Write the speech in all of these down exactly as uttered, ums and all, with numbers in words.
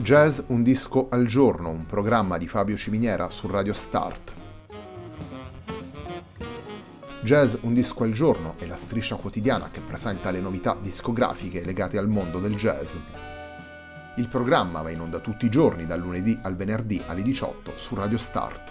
Jazz un disco al giorno, un programma di Fabio Ciminiera su Radio Start. Jazz un disco al giorno è la striscia quotidiana che presenta le novità discografiche legate al mondo del jazz. Il programma va in onda tutti i giorni dal lunedì al venerdì alle diciotto su Radio Start.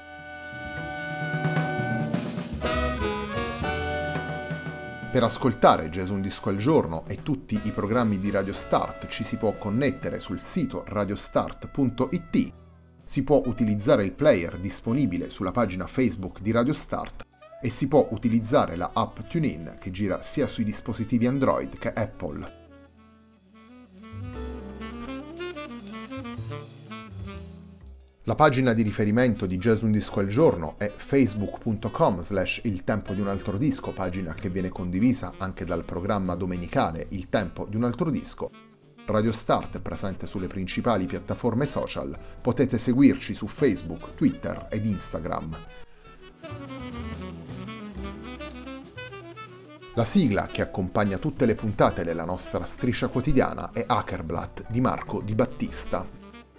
Per ascoltare Jazz un disco al giorno e tutti i programmi di Radio Start ci si può connettere sul sito radiostart punto it, si può utilizzare il player disponibile sulla pagina Facebook di Radio Start e si può utilizzare la app TuneIn che gira sia sui dispositivi Android che Apple. La pagina di riferimento di Jazz un disco al giorno è facebook punto com slash il tempo di un altro disco, pagina che viene condivisa anche dal programma domenicale Il tempo di un altro disco. Radio Start è presente sulle principali piattaforme social, potete seguirci su Facebook, Twitter ed Instagram. La sigla che accompagna tutte le puntate della nostra striscia quotidiana è Hackerblatt di Marco Di Battista.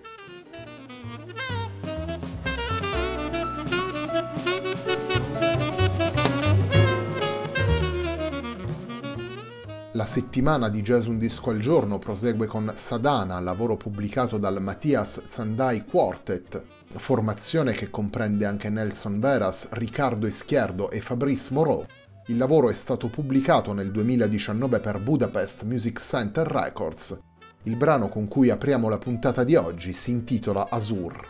La settimana di Jazz un disco al giorno prosegue con Sadhana, lavoro pubblicato dal Matthias Zandai Quartet, formazione che comprende anche Nelson Veras, Riccardo Izquierdo e Fabrice Moreau. Il lavoro è stato pubblicato nel duemiladiciannove per Budapest Music Center Records. Il brano con cui apriamo la puntata di oggi si intitola Azur.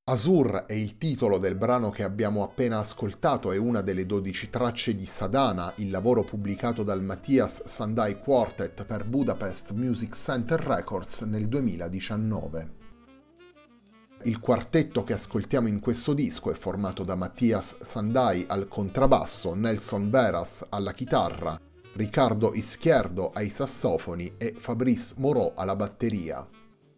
Azur è il titolo del brano che abbiamo appena ascoltato, è una delle dodici tracce di Sadhana, il lavoro pubblicato dal Matthias Sandai Quartet per Budapest Music Center Records nel duemiladiciannove. Il quartetto che ascoltiamo in questo disco è formato da Matthias Sandai al contrabbasso, Nelson Veras alla chitarra, Riccardo Izquierdo ai sassofoni e Fabrice Moreau alla batteria.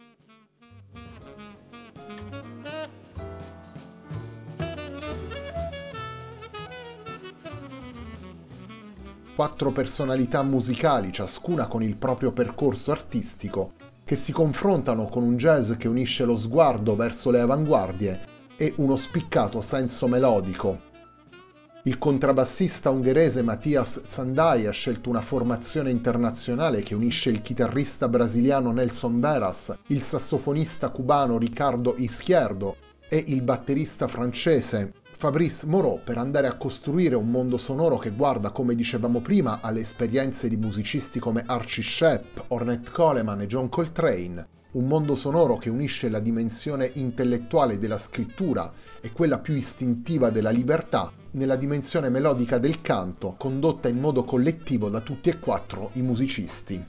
Quattro personalità musicali, ciascuna con il proprio percorso artistico, che si confrontano con un jazz che unisce lo sguardo verso le avanguardie e uno spiccato senso melodico. Il contrabbassista ungherese Matthias Sandai ha scelto una formazione internazionale che unisce il chitarrista brasiliano Nelson Veras, il sassofonista cubano Riccardo Izquierdo e il batterista francese Fabrice Moreau per andare a costruire un mondo sonoro che guarda, come dicevamo prima, alle esperienze di musicisti come Archie Shepp, Ornette Coleman e John Coltrane, un mondo sonoro che unisce la dimensione intellettuale della scrittura e quella più istintiva della libertà nella dimensione melodica del canto, condotta in modo collettivo da tutti e quattro i musicisti.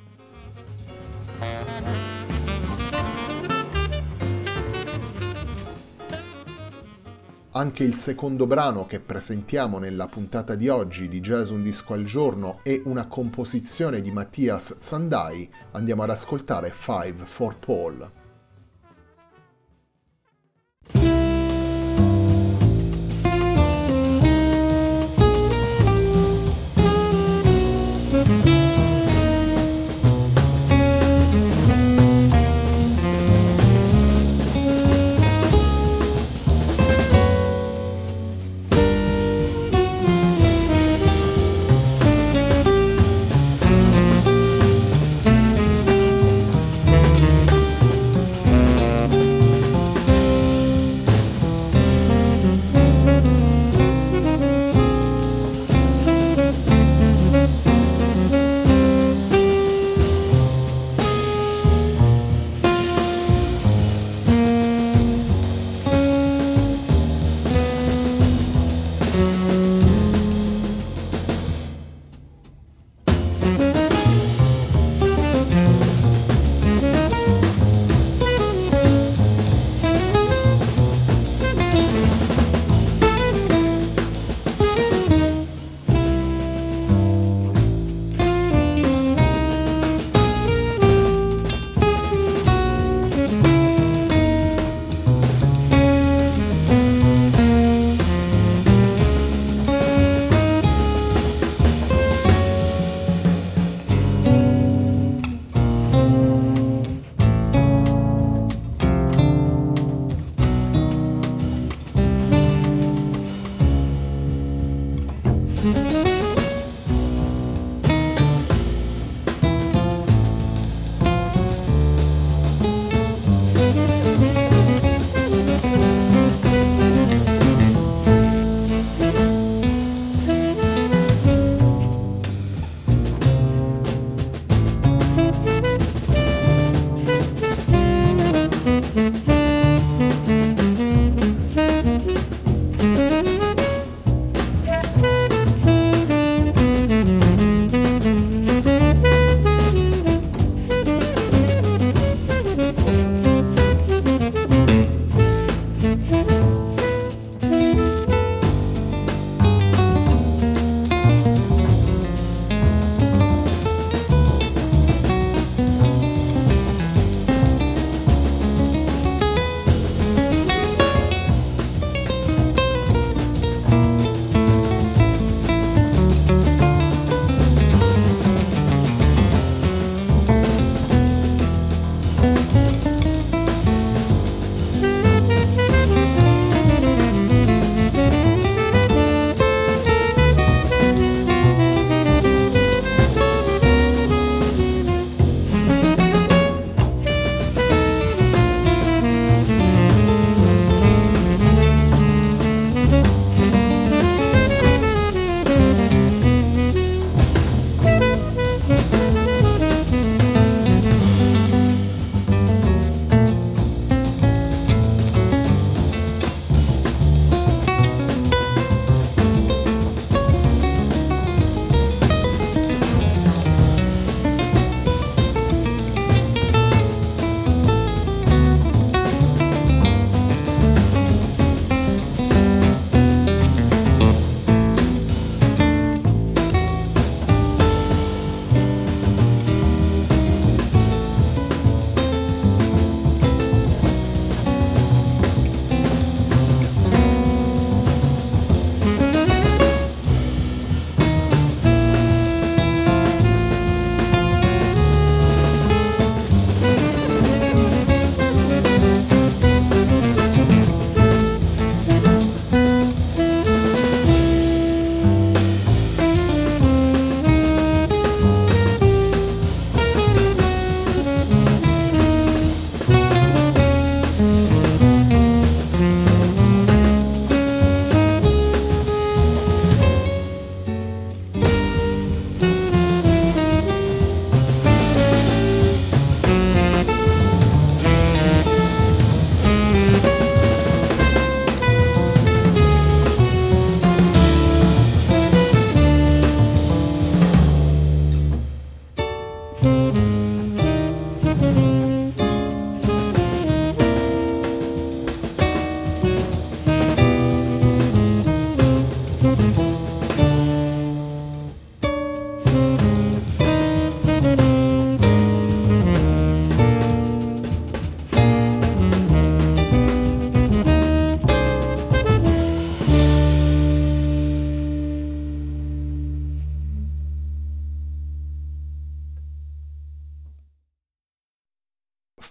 Anche il secondo brano che presentiamo nella puntata di oggi di Jazz Un Disco al Giorno è una composizione di Matthias Sandai. Andiamo ad ascoltare Five for Paul.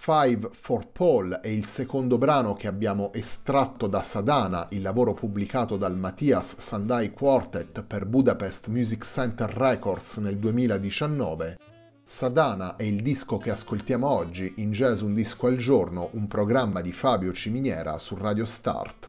Five for Paul è il secondo brano che abbiamo estratto da Sadhana, il lavoro pubblicato dal Matthias Sandai Quartet per Budapest Music Center Records nel duemiladiciannove. Sadhana è il disco che ascoltiamo oggi in Jazz Un Disco al Giorno, un programma di Fabio Ciminiera su Radio Start.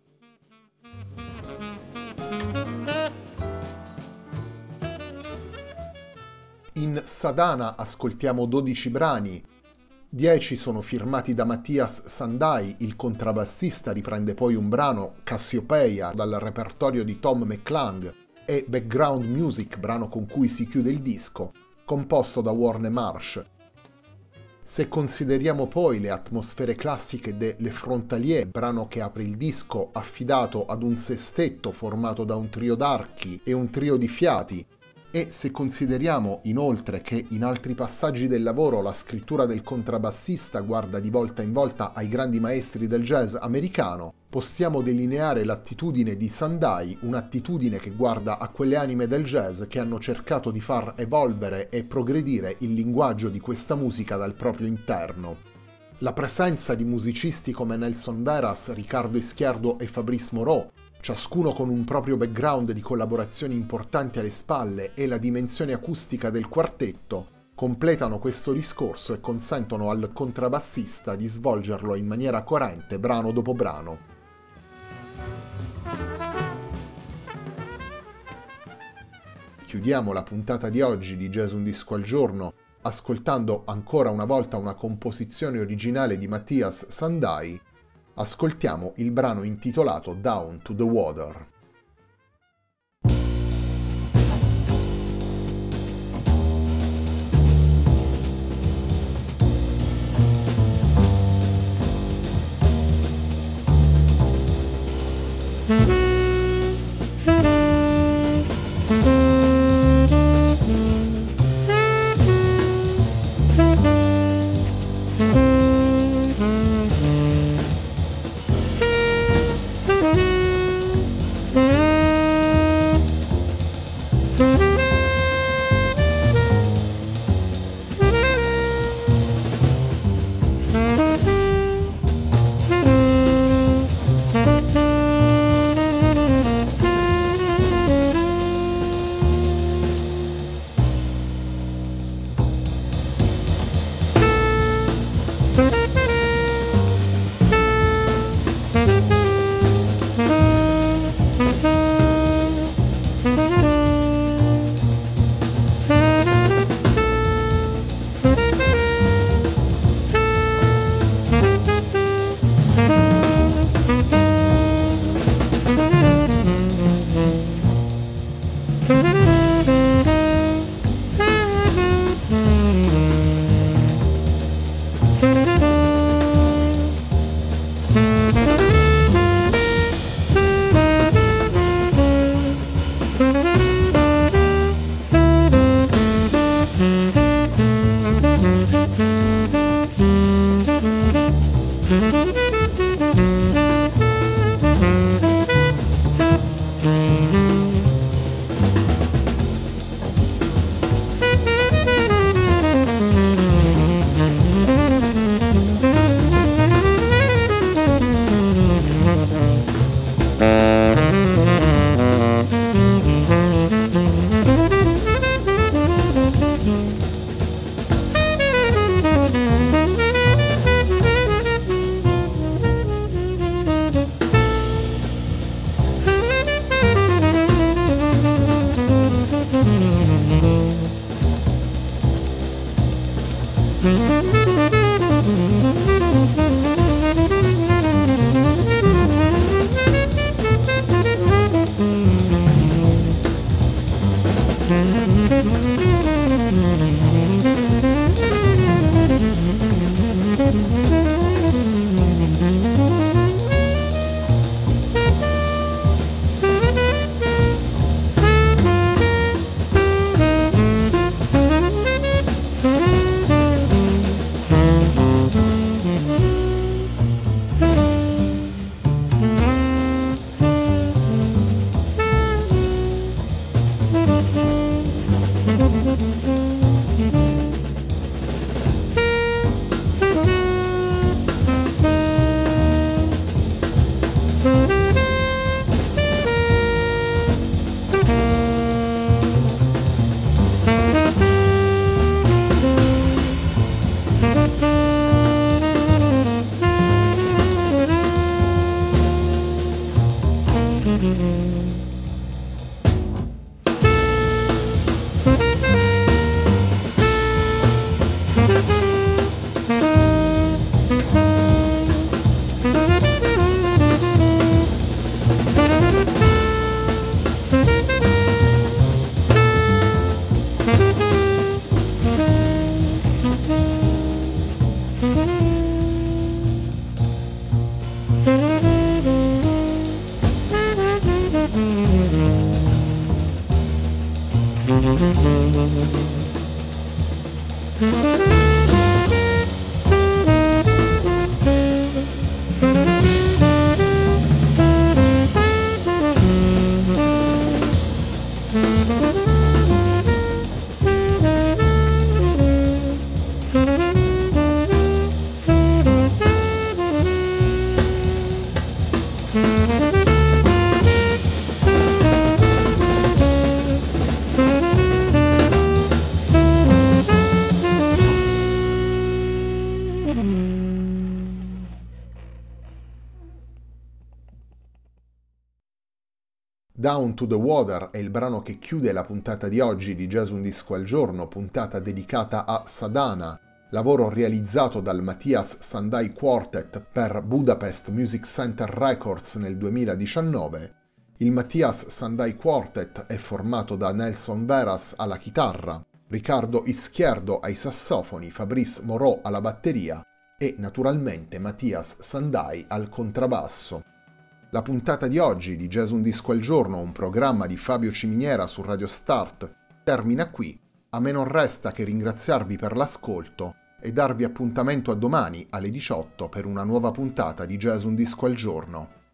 In Sadhana ascoltiamo dodici brani, dieci sono firmati da Matthias Sandai, il contrabbassista riprende poi un brano, Cassiopeia, dal repertorio di Tom McClung, e Background Music, brano con cui si chiude il disco, composto da Warne Marsh. Se consideriamo poi le atmosfere classiche de Le Frontalier, brano che apre il disco affidato ad un sestetto formato da un trio d'archi e un trio di fiati, e se consideriamo inoltre che in altri passaggi del lavoro la scrittura del contrabbassista guarda di volta in volta ai grandi maestri del jazz americano, possiamo delineare l'attitudine di Sandai, un'attitudine che guarda a quelle anime del jazz che hanno cercato di far evolvere e progredire il linguaggio di questa musica dal proprio interno. La presenza di musicisti come Nelson Veras, Riccardo Izquierdo e Fabrice Moreau, ciascuno con un proprio background di collaborazioni importanti alle spalle, e la dimensione acustica del quartetto completano questo discorso e consentono al contrabbassista di svolgerlo in maniera coerente brano dopo brano. Chiudiamo la puntata di oggi di Jazz Un Disco al Giorno ascoltando ancora una volta una composizione originale di Matthias Sandai. Ascoltiamo il brano intitolato Down to the Water. Down to the Water è il brano che chiude la puntata di oggi di Jazz Un Disco al Giorno, puntata dedicata a Sadhana, lavoro realizzato dal Matthias Sandai Quartet per Budapest Music Center Records nel duemiladiciannove. Il Matthias Sandai Quartet è formato da Nelson Veras alla chitarra, Riccardo Izquierdo ai sassofoni, Fabrice Moreau alla batteria e naturalmente Matthias Sandai al contrabbasso. La puntata di oggi di Jazz Un Disco al Giorno, un programma di Fabio Ciminiera su Radio Start, termina qui. A me non resta che ringraziarvi per l'ascolto e darvi appuntamento a domani alle diciotto per una nuova puntata di Jazz Un Disco al Giorno.